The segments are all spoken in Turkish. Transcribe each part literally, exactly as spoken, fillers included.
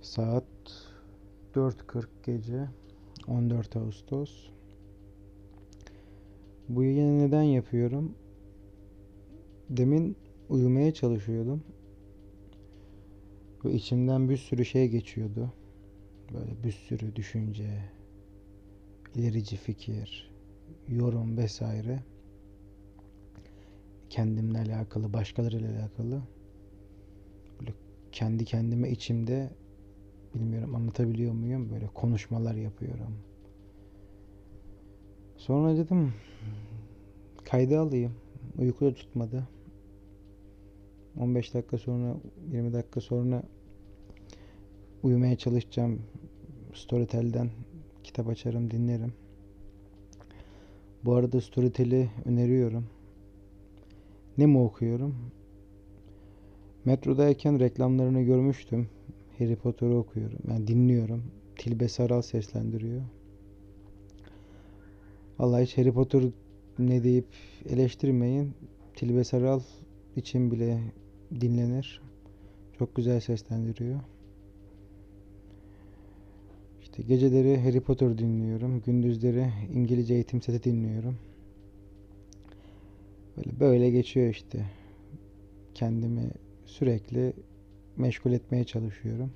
Saat dört kırk gece, on dört Ağustos. Bu yayını neden yapıyorum? Demin uyumaya çalışıyordum ve içimden bir sürü şey geçiyordu. Böyle bir sürü düşünce, ilerici fikir, yorum vesaire. Kendimle alakalı, başkalarıyla alakalı. Böyle kendi kendime içimde, bilmiyorum anlatabiliyor muyum? Böyle konuşmalar yapıyorum. Sonra dedim kayda alayım. Uyku da tutmadı. on beş dakika sonra, yirmi dakika sonra uyumaya çalışacağım. Storytel'den kitap açarım, dinlerim. Bu arada Storytel'i öneriyorum. Ne mi okuyorum? Metrodayken reklamlarını görmüştüm. Harry Potter'ı okuyorum. Yani dinliyorum. Tilbe Saral seslendiriyor. Vallahi hiç Harry Potter ne deyip eleştirmeyin. Tilbe Saral için bile dinlenir. Çok güzel seslendiriyor. İşte geceleri Harry Potter dinliyorum. Gündüzleri İngilizce eğitim seti dinliyorum. Böyle böyle geçiyor işte. Kendimi sürekli meşgul etmeye çalışıyorum.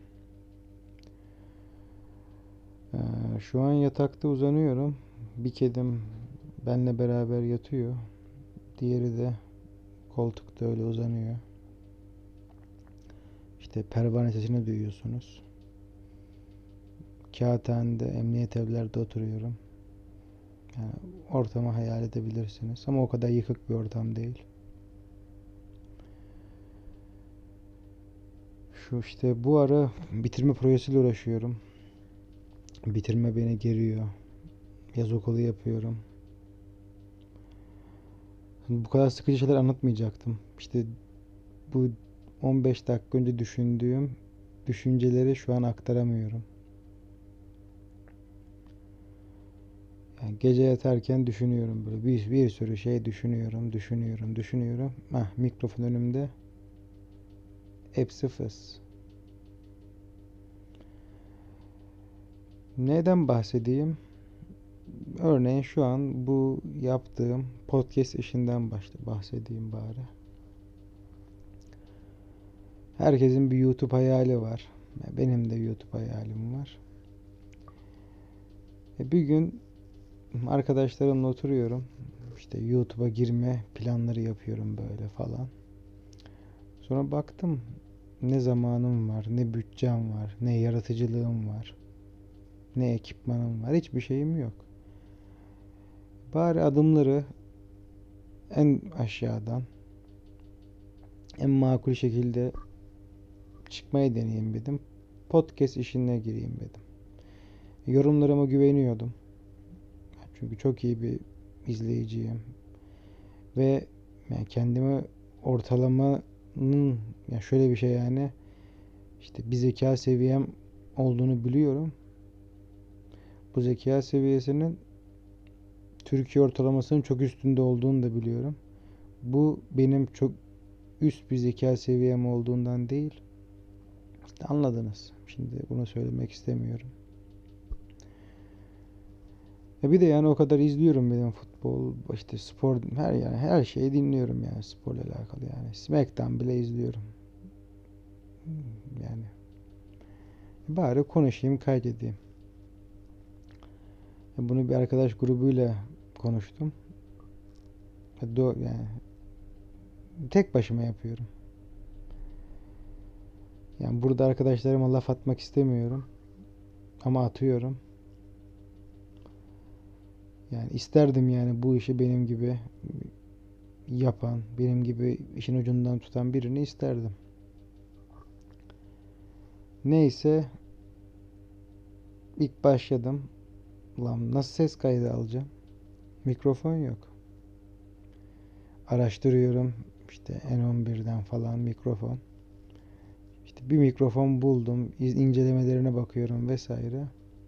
Ee, şu an yatakta uzanıyorum. Bir kedim benle beraber yatıyor. Diğeri de koltukta öyle uzanıyor. İşte pervane sesini duyuyorsunuz. Kağıthane'de, emniyet evlerde oturuyorum. Yani ortamı hayal edebilirsiniz. Ama o kadar yıkık bir ortam değil. Şu işte bu ara bitirme projesiyle uğraşıyorum. Bitirme beni geriyor. Yaz okulu yapıyorum. Bu kadar sıkıcı şeyler anlatmayacaktım. İşte bu on beş dakika önce düşündüğüm düşünceleri şu an aktaramıyorum. Yani gece yatarken düşünüyorum böyle bir, bir sürü şey düşünüyorum, düşünüyorum, düşünüyorum. Hah, mikrofon önümde. Hepsi fıs. Neden bahsedeyim? Örneğin şu an bu yaptığım podcast işinden başta bahsedeyim bari. Herkesin bir YouTube hayali var. Benim de YouTube hayalim var. Bir gün arkadaşlarımla oturuyorum. İşte YouTube'a girme planları yapıyorum böyle falan. Sonra baktım ne zamanım var, ne bütçem var, ne yaratıcılığım var, ne ekipmanım var. Hiçbir şeyim yok. Bari adımları en aşağıdan, en makul şekilde çıkmayı deneyeyim dedim. Podcast işine gireyim dedim. Yorumlarıma güveniyordum. Çünkü çok iyi bir izleyiciyim. Ve yani kendime ortalamanın yani şöyle bir şey yani işte bir zeka seviyem olduğunu biliyorum. Bu zeka seviyesinin Türkiye ortalamasının çok üstünde olduğunu da biliyorum. Bu benim çok üst bir zeka seviyem olduğundan değil. İşte anladınız. Şimdi bunu söylemek istemiyorum. Ya bir de yani o kadar izliyorum benim futbol, işte spor, her yani her şeyi dinliyorum yani sporla alakalı yani. SmackDown bile izliyorum. Yani bari konuşayım, kaydedeyim. Bunu bir arkadaş grubuyla konuştum. Yani tek başıma yapıyorum. Yani burada arkadaşlarıma laf atmak istemiyorum. Ama atıyorum. Yani isterdim yani bu işi benim gibi yapan, benim gibi işin ucundan tutan birini isterdim. Neyse ilk başladım. Lan nasıl ses kaydı alacağım? Mikrofon yok. Araştırıyorum. İşte N on birden falan mikrofon. İşte bir mikrofon buldum. İncelemelerine bakıyorum vesaire.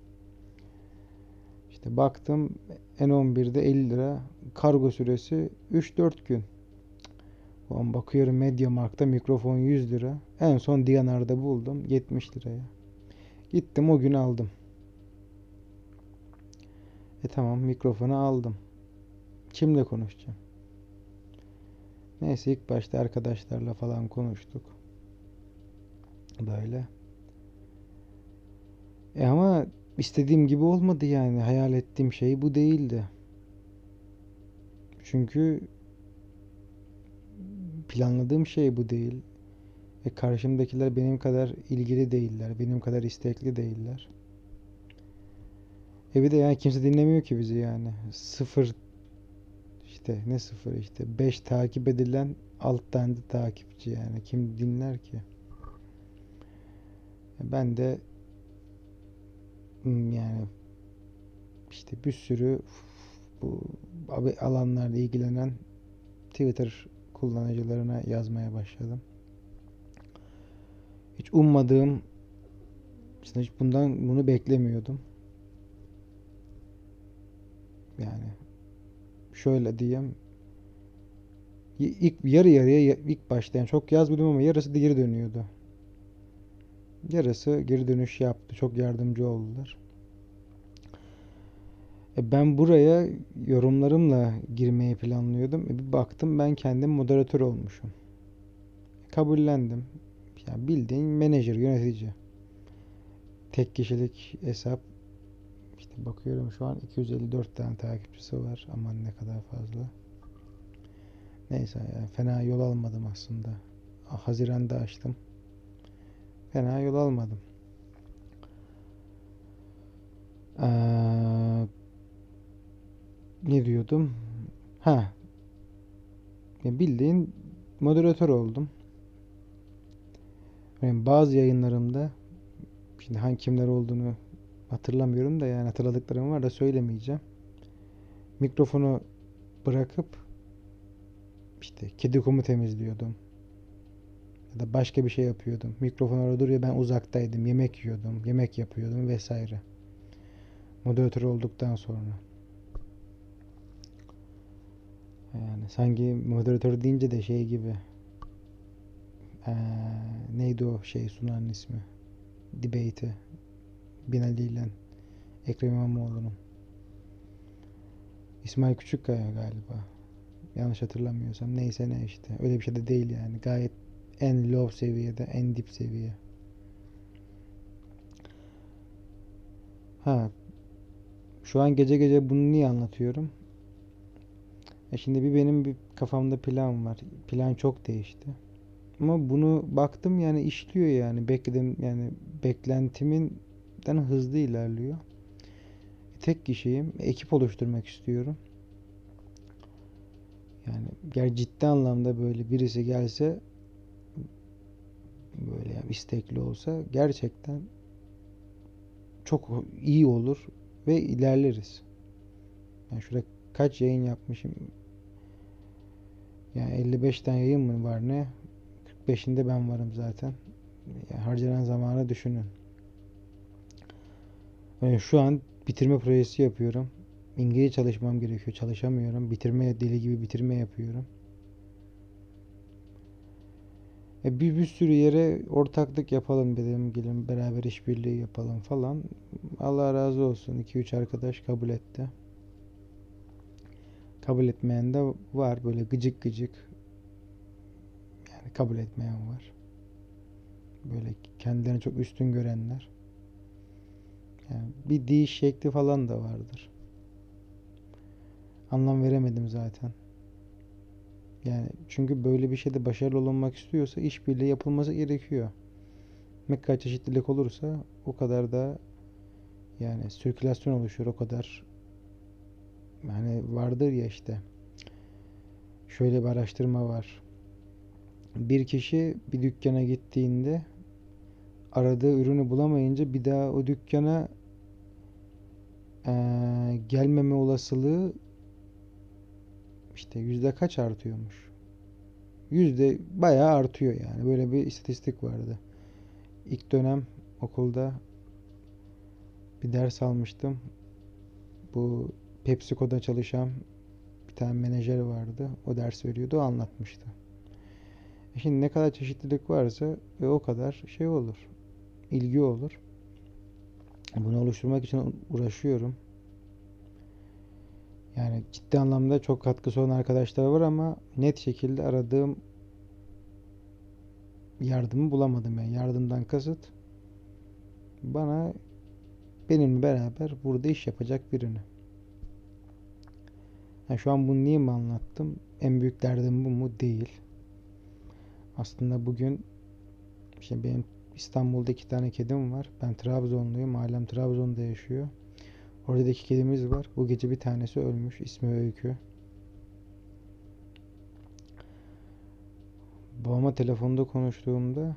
İşte baktım N on birde elli lira. Kargo süresi üç dört gün. O an bakıyorum MediaMarkt'ta mikrofon yüz lira. En son D and R'da buldum yetmiş liraya. Gittim o gün aldım. E tamam, mikrofonu aldım. Kimle konuşacağım? Neyse, ilk başta arkadaşlarla falan konuştuk. Böyle. E ama istediğim gibi olmadı yani. Hayal ettiğim şey bu değildi. Çünkü planladığım şey bu değil. E karşımdakiler benim kadar ilgili değiller. Benim kadar istekli değiller. E bir de yani kimse dinlemiyor ki bizi yani. Sıfır, işte ne sıfır, işte beş takip edilen alt tane de takipçi yani. Kim dinler ki? E ben de hmm, yani işte bir sürü bu alanlarla ilgilenen Twitter kullanıcılarına yazmaya başladım. Hiç ummadığım, işte hiç bundan bunu beklemiyordum. Yani şöyle diyeyim. İlk yarı yarıya ilk başta yani çok yazmadım ama yarısı geri dönüyordu. Yarısı geri dönüş yaptı. Çok yardımcı oldular. E ben buraya yorumlarımla girmeyi planlıyordum. E bir baktım ben kendim moderatör olmuşum. Kabullendim. Yani bildiğin menajer, yönetici. Tek kişilik hesap. İşte bakıyorum şu an iki yüz elli dört tane takipçisi var. Aman ne kadar fazla. Neyse ya, fena yol almadım aslında. Haziran'da açtım. Fena yol almadım. Ee, ne diyordum? Ha, ya bildiğin moderatör oldum. Yani bazı yayınlarımda, şimdi hangi kimler olduğunu hatırlamıyorum da yani hatırladıklarım var da söylemeyeceğim. Mikrofonu bırakıp işte kedi kumu temizliyordum. Ya da başka bir şey yapıyordum. Mikrofon orada duruyor, ben uzaktaydım. Yemek yiyordum, yemek yapıyordum vesaire. Moderatör olduktan sonra. Yani sanki moderatör deyince de şey gibi. Ee, neydi o şey sunan ismi? Debate'i. Binali ile Ekrem İmamoğlu'nun. İsmail Küçükkaya galiba. Yanlış hatırlamıyorsam. Neyse ne işte. Öyle bir şey de değil yani. Gayet en low seviyede, en dip seviye. Ha, şu an gece gece bunu niye anlatıyorum? E şimdi bir benim bir kafamda plan var. Plan çok değişti. Ama bunu baktım yani işliyor yani. Bekledim yani, beklentimin hızlı ilerliyor. Tek kişiyim. Ekip oluşturmak istiyorum. Yani ger ciddi anlamda böyle birisi gelse, böyle yani istekli olsa gerçekten çok iyi olur ve ilerleriz. Yani şurada kaç yayın yapmışım? Yani elli beş tane yayın mı var ne? kırk beşinde ben varım zaten. Yani harcanan zamanı düşünün. Yani şu an bitirme projesi yapıyorum. İngilizce çalışmam gerekiyor. Çalışamıyorum. Bitirme deli gibi bitirme yapıyorum. E bir, bir sürü yere ortaklık yapalım dedim. Gelin beraber işbirliği yapalım falan. Allah razı olsun. iki üç arkadaş kabul etti. Kabul etmeyen de var. Böyle gıcık gıcık. Yani kabul etmeyen var. Böyle kendilerini çok üstün görenler. Yani bir değiş şekli falan da vardır. Anlam veremedim zaten. Yani çünkü böyle bir şeyde başarılı olunmak istiyorsa işbirliği yapılması gerekiyor. Ne kadar çeşitlilik olursa o kadar da yani sirkülasyon oluşuyor, o kadar. Yani vardır ya işte, şöyle bir araştırma var. Bir kişi bir dükkana gittiğinde aradığı ürünü bulamayınca bir daha o dükkana eee, gelmeme olasılığı işte yüzde kaç artıyormuş? Yüzde bayağı artıyor yani. Böyle bir istatistik vardı. İlk dönem okulda bir ders almıştım. Bu PepsiCo'da çalışan bir tane menajer vardı. O ders veriyordu, o anlatmıştı. Şimdi ne kadar çeşitlilik varsa e, o kadar şey olur. İlgi olur. Bunu oluşturmak için uğraşıyorum. Yani ciddi anlamda çok katkısı olan arkadaşlar var ama net şekilde aradığım yardımı bulamadım. Yani yardımdan kasıt bana benimle beraber burada iş yapacak birini. Yani şu an bunu niye mi anlattım? En büyük derdim bu mu? Değil. Aslında bugün işte benim İstanbul'da iki tane kedim var. Ben Trabzonluyum. Ailem Trabzon'da yaşıyor. Orada da iki kedimiz var. Bu gece bir tanesi ölmüş. İsmi Öykü. Babama telefonda konuştuğumda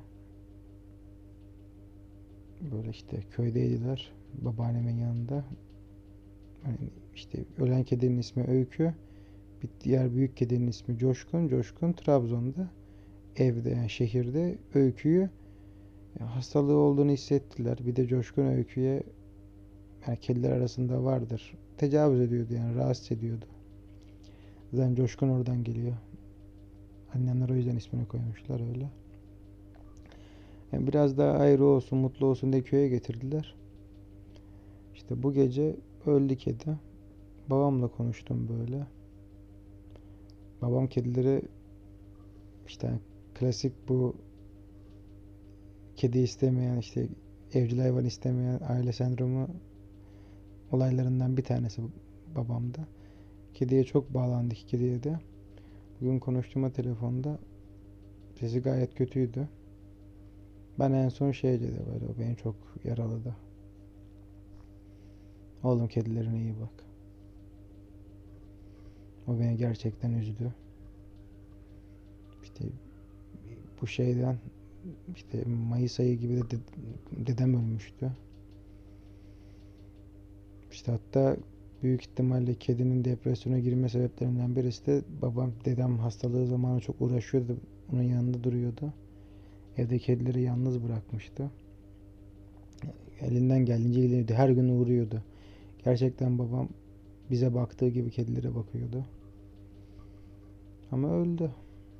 böyle işte köydeydiler. Babaannemin yanında. Hani işte ölen kedinin ismi Öykü. Bir diğer büyük kedinin ismi Coşkun. Coşkun Trabzon'da evde yani şehirde Öykü'yü hastalığı olduğunu hissettiler. Bir de Coşkun Öykü'ye yani kediler arasında vardır. Tecavüz ediyordu yani rahatsız ediyordu. Zaten Coşkun oradan geliyor. Annemler o yüzden ismini koymuşlar öyle. Yani biraz daha ayrı olsun, mutlu olsun diye köye getirdiler. İşte bu gece öldü kedi. Babamla konuştum böyle. Babam kedileri işte klasik bu kedi istemeyen işte evcil hayvan istemeyen aile sendromu olaylarından bir tanesi babamda. Kediye çok bağlandı iki kediye de. Bugün konuştuğumda telefonda sesi gayet kötüydü. Ben en son şey dedi böyle o beni çok yaraladı. Oğlum kedilerine iyi bak. O beni gerçekten üzdü. İşte bu şeyden işte Mayıs ayı gibi de dedem ölmüştü. İşte hatta büyük ihtimalle kedinin depresyona girme sebeplerinden birisi de babam dedem hastalığı zamanı çok uğraşıyordu. Onun yanında duruyordu. Evde kedileri yalnız bırakmıştı. Elinden geldiğince ilgileniyordu. Her gün uğruyordu. Gerçekten babam bize baktığı gibi kedilere bakıyordu. Ama öldü.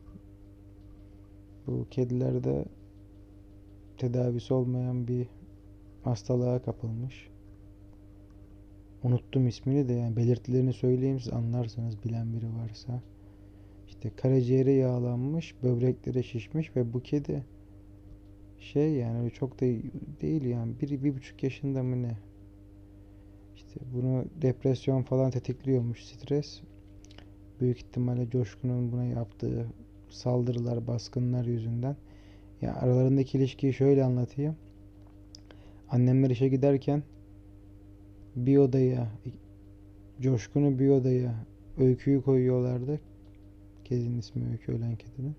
Bu kedilerde tedavisi olmayan bir hastalığa kapılmış. Unuttum ismini de yani belirtilerini söyleyeyim siz anlarsınız bilen biri varsa. İşte karaciğeri yağlanmış, böbrekleri şişmiş ve bu kedi şey yani çok da değil yani bir, bir buçuk yaşında mı ne? İşte bunu depresyon falan tetikliyormuş stres. Büyük ihtimalle Coşkun'un buna yaptığı saldırılar, baskınlar yüzünden. Ya aralarındaki ilişkiyi şöyle anlatayım. Annemler işe giderken bir odaya Coşkun'u bir odaya Öykü'yü koyuyorlardı. Kedinin ismi Öykü ölen kedinin.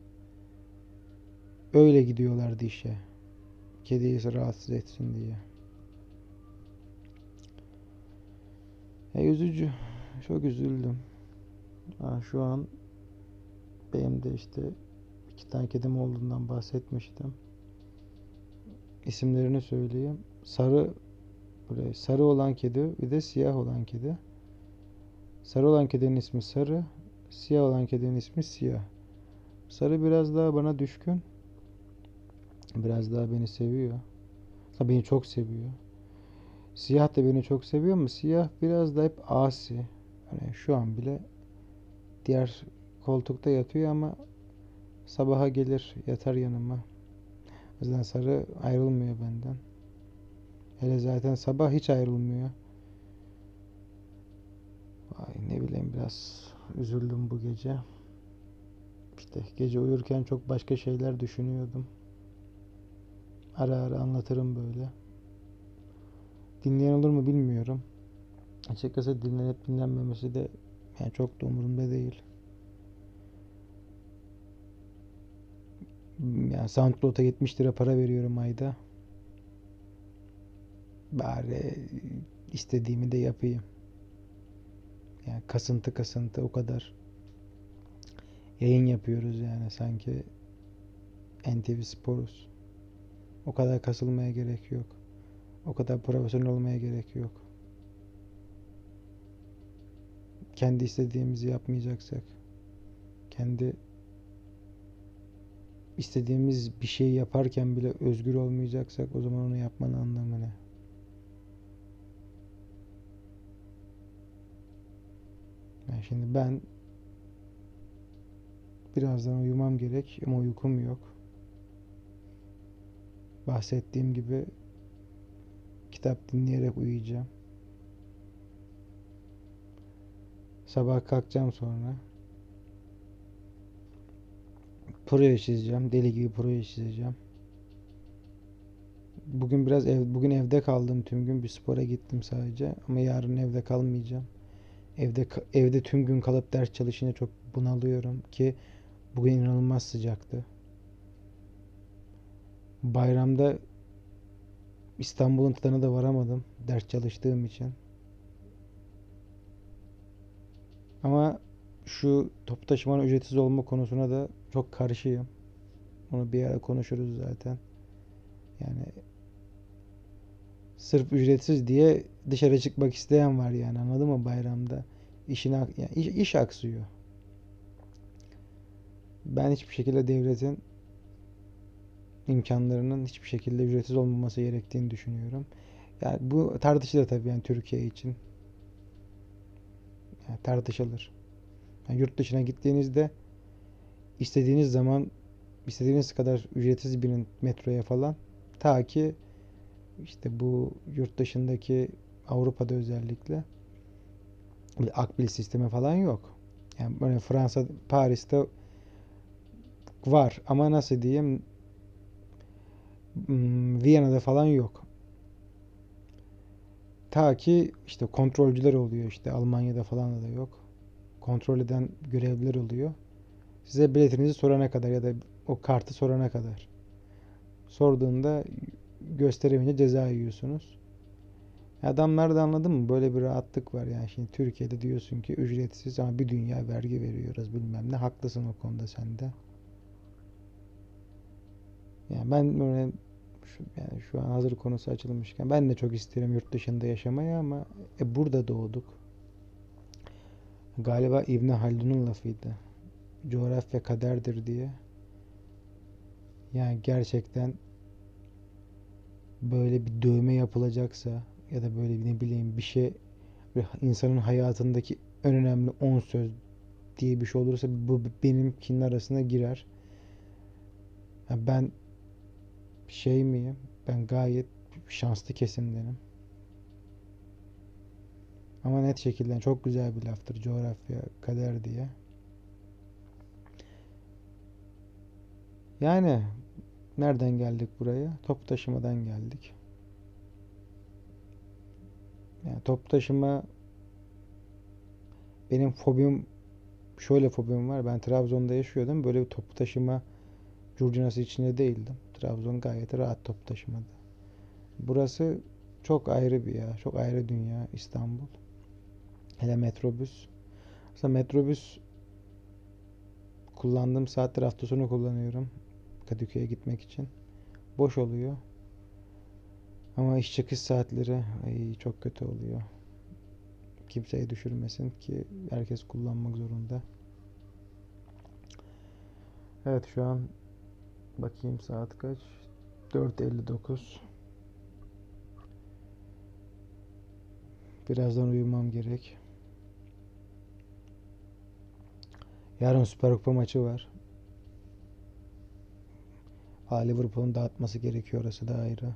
Öyle gidiyorlardı işe. Kediyi rahatsız etsin diye. E, üzücü. Çok üzüldüm. Ha, şu an benim de işte iki tane kedim olduğundan bahsetmiştim. İsimlerini söyleyeyim. Sarı böyle sarı olan kedi bir de siyah olan kedi. Sarı olan kedinin ismi Sarı, siyah olan kedinin ismi Siyah. Sarı biraz daha bana düşkün. Biraz daha beni seviyor. Ha, beni çok seviyor. Siyah da beni çok seviyor ama siyah biraz da hep asi. Hani şu an bile diğer koltukta yatıyor ama sabaha gelir yatar yanıma. O yüzden sarı ayrılmıyor benden. Hele zaten sabah hiç ayrılmıyor. Ay ne bileyim biraz üzüldüm bu gece. İşte gece uyurken çok başka şeyler düşünüyordum. Ara ara anlatırım böyle. Dinleyen olur mu bilmiyorum. Açıkçası dinlenip dinlenmemesi de yani çok da umurumda değil. Yani SoundCloud'a yetmiş lira para veriyorum ayda. Bari istediğimi de yapayım. Yani kasıntı kasıntı o kadar yayın yapıyoruz yani sanki N T V Spor'uz. O kadar kasılmaya gerek yok. O kadar profesyonel olmaya gerek yok. Kendi istediğimizi yapmayacaksak, kendi istediğimiz bir şey yaparken bile özgür olmayacaksak o zaman onu yapmanın anlamı ne? Yani şimdi ben birazdan uyumam gerek ama uykum yok. Bahsettiğim gibi kitap dinleyerek uyuyacağım. Sabah kalkacağım sonra. Proje çizeceğim. Deli gibi proje çizeceğim. Bugün biraz ev, bugün evde kaldım tüm gün. Bir spora gittim sadece. Ama yarın evde kalmayacağım. Evde evde tüm gün kalıp ders çalışınca çok bunalıyorum ki bugün inanılmaz sıcaktı. Bayramda İstanbul'un tadına da varamadım ders çalıştığım için. Ama şu toplu taşımanın ücretsiz olma konusuna da çok karşıyım. Onu bir ara konuşuruz zaten. Yani sırf ücretsiz diye dışarı çıkmak isteyen var yani, anladın mı, bayramda? İşin yani iş, iş aksıyor. Ben hiçbir şekilde devletin imkanlarının hiçbir şekilde ücretsiz olmaması gerektiğini düşünüyorum. Yani bu tartışılır tabii, yani Türkiye için. Yani tartışılır. Yani yurt dışına gittiğinizde istediğiniz zaman istediğiniz kadar ücretsiz binin metroya falan. Ta ki işte bu yurt dışındaki, Avrupa'da özellikle bir akbil sistemi falan yok. Yani böyle Fransa, Paris'te var ama nasıl diyeyim, hmm, Viyana'da falan yok. Ta ki işte kontrolcüler oluyor, işte Almanya'da falan da yok. Kontrol eden görevliler oluyor. Size biletinizi sorana kadar ya da o kartı sorana kadar. Sorduğunda gösteremeyince ceza yiyorsunuz. Adamlar da, anladın mı? Böyle bir rahatlık var yani. Şimdi Türkiye'de diyorsun ki ücretsiz ama bir dünya vergi veriyoruz bilmem ne. Haklısın o konuda sen de. Yani ben böyle şu, yani şu an hazır konusu açılmışken ben de çok isterim yurt dışında yaşamayı ama e, burada doğduk. Galiba İbn Haldun'un lafıydı. Coğrafya kaderdir diye. Yani gerçekten böyle bir dövme yapılacaksa ya da böyle ne bileyim bir şey, insanın hayatındaki en önemli on söz diye bir şey olursa bu benimkinin arasına girer. Yani ben şey miyim? Ben gayet şanslı kesimdenim. Ama net şekilde çok güzel bir laftır coğrafya kader diye. Yani nereden geldik buraya? Top taşımadan geldik. Yani top taşıma, benim fobim, şöyle fobim var. Ben Trabzon'da yaşıyordum. Böyle bir toplu taşıma curcunası içinde değildim. Trabzon gayet rahat top taşımadı. Burası çok ayrı bir yer. Çok ayrı dünya İstanbul. Hele metrobüs. Aslında metrobüs kullandığım saatler, hafta sonu kullanıyorum. Kadıköy'e gitmek için. Boş oluyor. Ama iş çıkış saatleri ay, çok kötü oluyor. Kimseyi düşürmesin ki herkes kullanmak zorunda. Evet, şu an bakayım saat kaç? dört elli dokuz. Birazdan uyumam gerek. Yarın Süper Kupa maçı var. Ha, Liverpool'un dağıtması gerekiyor, orası da ayrı.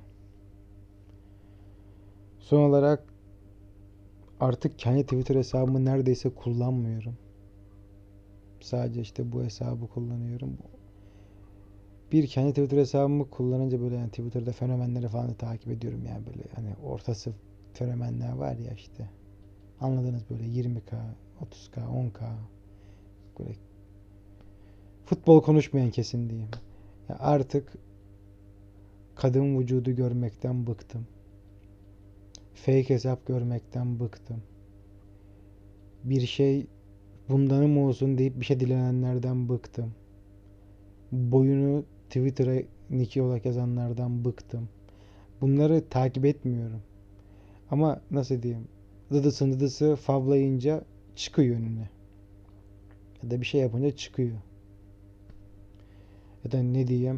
Son olarak artık kendi Twitter hesabımı neredeyse kullanmıyorum. Sadece işte bu hesabı kullanıyorum. Bir kendi Twitter hesabımı kullanınca böyle yani Twitter'da fenomenleri falan da takip ediyorum yani, böyle hani ortası fenomenler var ya işte. Anladınız, böyle yirmi bin, otuz bin, on bin, böyle futbol konuşmayan kesin diyeyim. Ya artık kadın vücudu görmekten bıktım. Fake hesap görmekten bıktım. Bir şey bundanım olsun deyip bir şey dilenenlerden bıktım. Boyunu Twitter'a nick olarak yazanlardan bıktım. Bunları takip etmiyorum. Ama nasıl diyeyim? Dıdısın dıdısı favlayınca çıkıyor önüne. Ya da bir şey yapınca çıkıyor. Ya da ne diyeyim?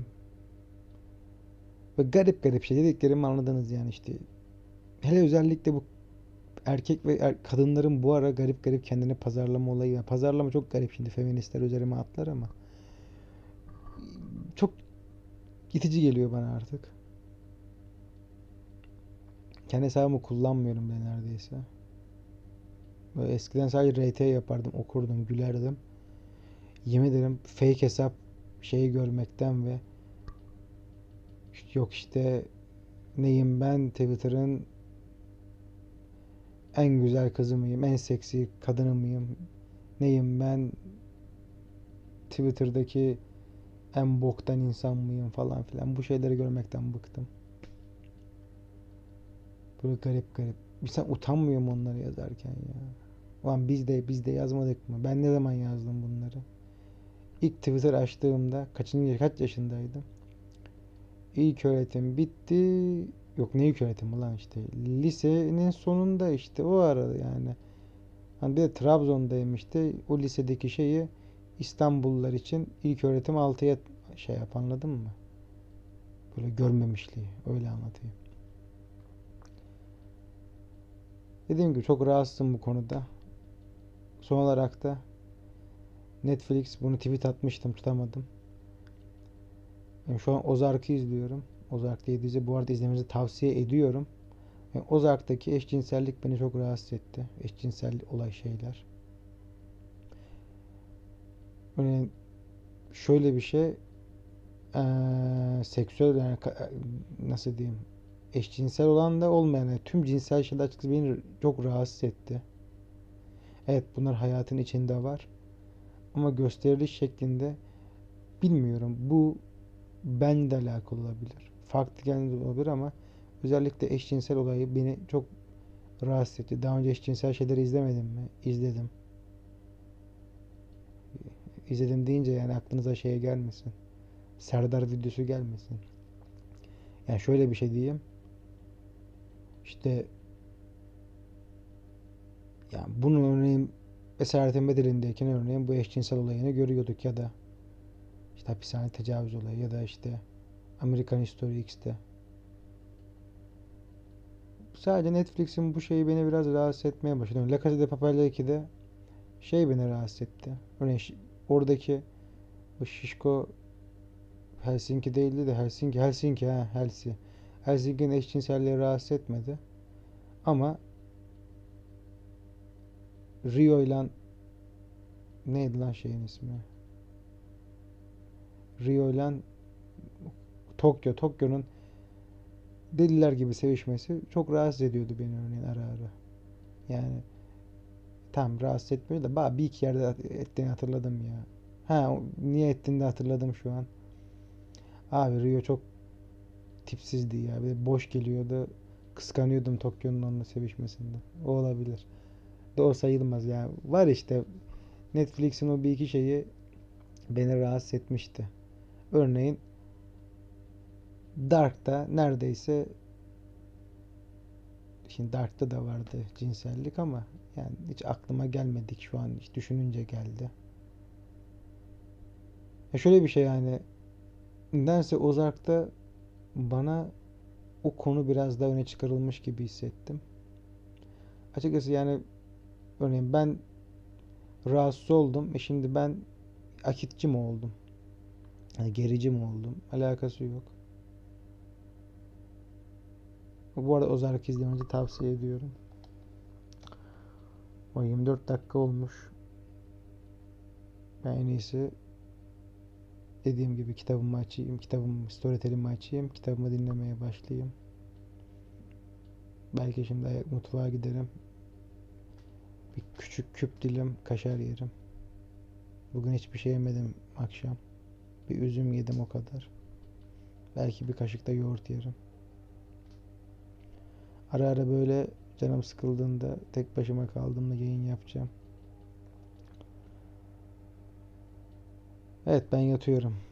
Ve garip garip şey dediklerimi anladınız yani işte. Hele özellikle bu erkek ve er- kadınların bu ara garip garip kendini pazarlama olayı var. Pazarlama çok garip, şimdi feministler üzerime atlar ama çok itici geliyor bana artık. Kendi hesabımı kullanmıyorum ben neredeyse. Böyle eskiden sadece R T yapardım, okurdum, gülerdim. Yemin ederim fake hesap şeyi görmekten ve yok işte neyim ben, Twitter'ın en güzel kızı mıyım, en seksi kadını mıyım, neyim ben, Twitter'daki en boktan insan mıyım falan filan, bu şeyleri görmekten bıktım. Böyle garip garip. Sen utanmıyor mu onları yazarken ya? Ulan biz de biz de yazmadık mı? Ben ne zaman yazdım bunları? İlk Twitter açtığımda kaçıncı kaç yaşındaydım? İlk öğretim bitti. Yok, ne ilk öğretim lan işte. Lisenin sonunda işte o arada yani. Hani bir de Trabzon'dayım işte. O lisedeki şeyi İstanbullular için ilk öğretim altıya şey yap, anladın mı? Böyle görmemişliği. Öyle anlatayım. Dediğim gibi çok rahatsızım bu konuda. Son olarak da Netflix, bunu tweet atmıştım, tutamadım. Yani şu an Ozark'ı izliyorum. Ozark diye dizi. Bu arada izlemenizi tavsiye ediyorum. Yani Ozark'taki eşcinsellik beni çok rahatsız etti. Eşcinsel olay şeyler. Örneğin şöyle bir şey, eee, seksüel yani nasıl diyeyim, eşcinsel olan da olmayan yani tüm cinsel şeyler açıkçası beni çok rahatsız etti. Evet, bunlar hayatın içinde var ama gösteriliş şeklinde bilmiyorum. Bu benimle alakalı olabilir. Farklı geldiğinde olabilir ama özellikle eşcinsel olayı beni çok rahatsız etti. Daha önce eşcinsel şeyleri izlemedim mi? İzledim. İzledim deyince yani aklınıza şeye gelmesin. Serdar videosu gelmesin. Yani şöyle bir şey diyeyim. İşte yani bunun örneğin Esaretin Bedeli'ndeyken örneğin bu eşcinsel olayını görüyorduk ya da işte hapishane tecavüz olayı ya da işte American History X'te. Sadece Netflix'in bu şeyi beni biraz rahatsız etmeye başladı. La Casa de Papel'de ikide şey beni rahatsız etti. Örneğin oradaki bu şişko, Helsinki değildi de Helsinki, Helsinki ha Helsi. Helsinki'nin eşcinselliği rahatsız etmedi. Ama Rio ile neydi lan şeyin ismi? Rio ile Tokyo, Tokyo'nun deliler gibi sevişmesi çok rahatsız ediyordu beni örneğin ara ara. Yani tam rahatsız etmiyor da ba bir iki yerde ettiğini hatırladım ya. Ha, niye ettiğini de hatırladım şu an. Abi Rio çok tipsizdi ya. Bir de boş geliyordu. Kıskanıyordum Tokyo'nun onunla sevişmesinde. O olabilir. De o sayılmaz ya. Var işte Netflix'in o bir iki şeyi beni rahatsız etmişti. Örneğin Dark'ta neredeyse, şimdi Dark'ta da vardı cinsellik ama yani hiç aklıma gelmedik, şu an hiç düşününce geldi. Ya şöyle bir şey yani, nedense Ozark'ta bana o konu biraz daha öne çıkarılmış gibi hissettim. Açıkçası yani örneğin ben rahatsız oldum. E şimdi ben akitçi mi oldum? Yani gerici mi oldum? Alakası yok. Bu arada Ozark izlemenizi tavsiye ediyorum. O yirmi dört dakika olmuş. Ben en iyisi dediğim gibi kitabımı açayım. Kitabımı, Storytel'imi açayım. Kitabımı dinlemeye başlayayım. Belki şimdi ayak mutfağa giderim. Bir küçük küp dilim kaşar yerim. Bugün hiçbir şey yemedim akşam. Bir üzüm yedim, o kadar. Belki bir kaşık da yoğurt yerim. Ara ara böyle canım sıkıldığında, tek başıma kaldığımda yayın yapacağım. Evet, ben yatıyorum.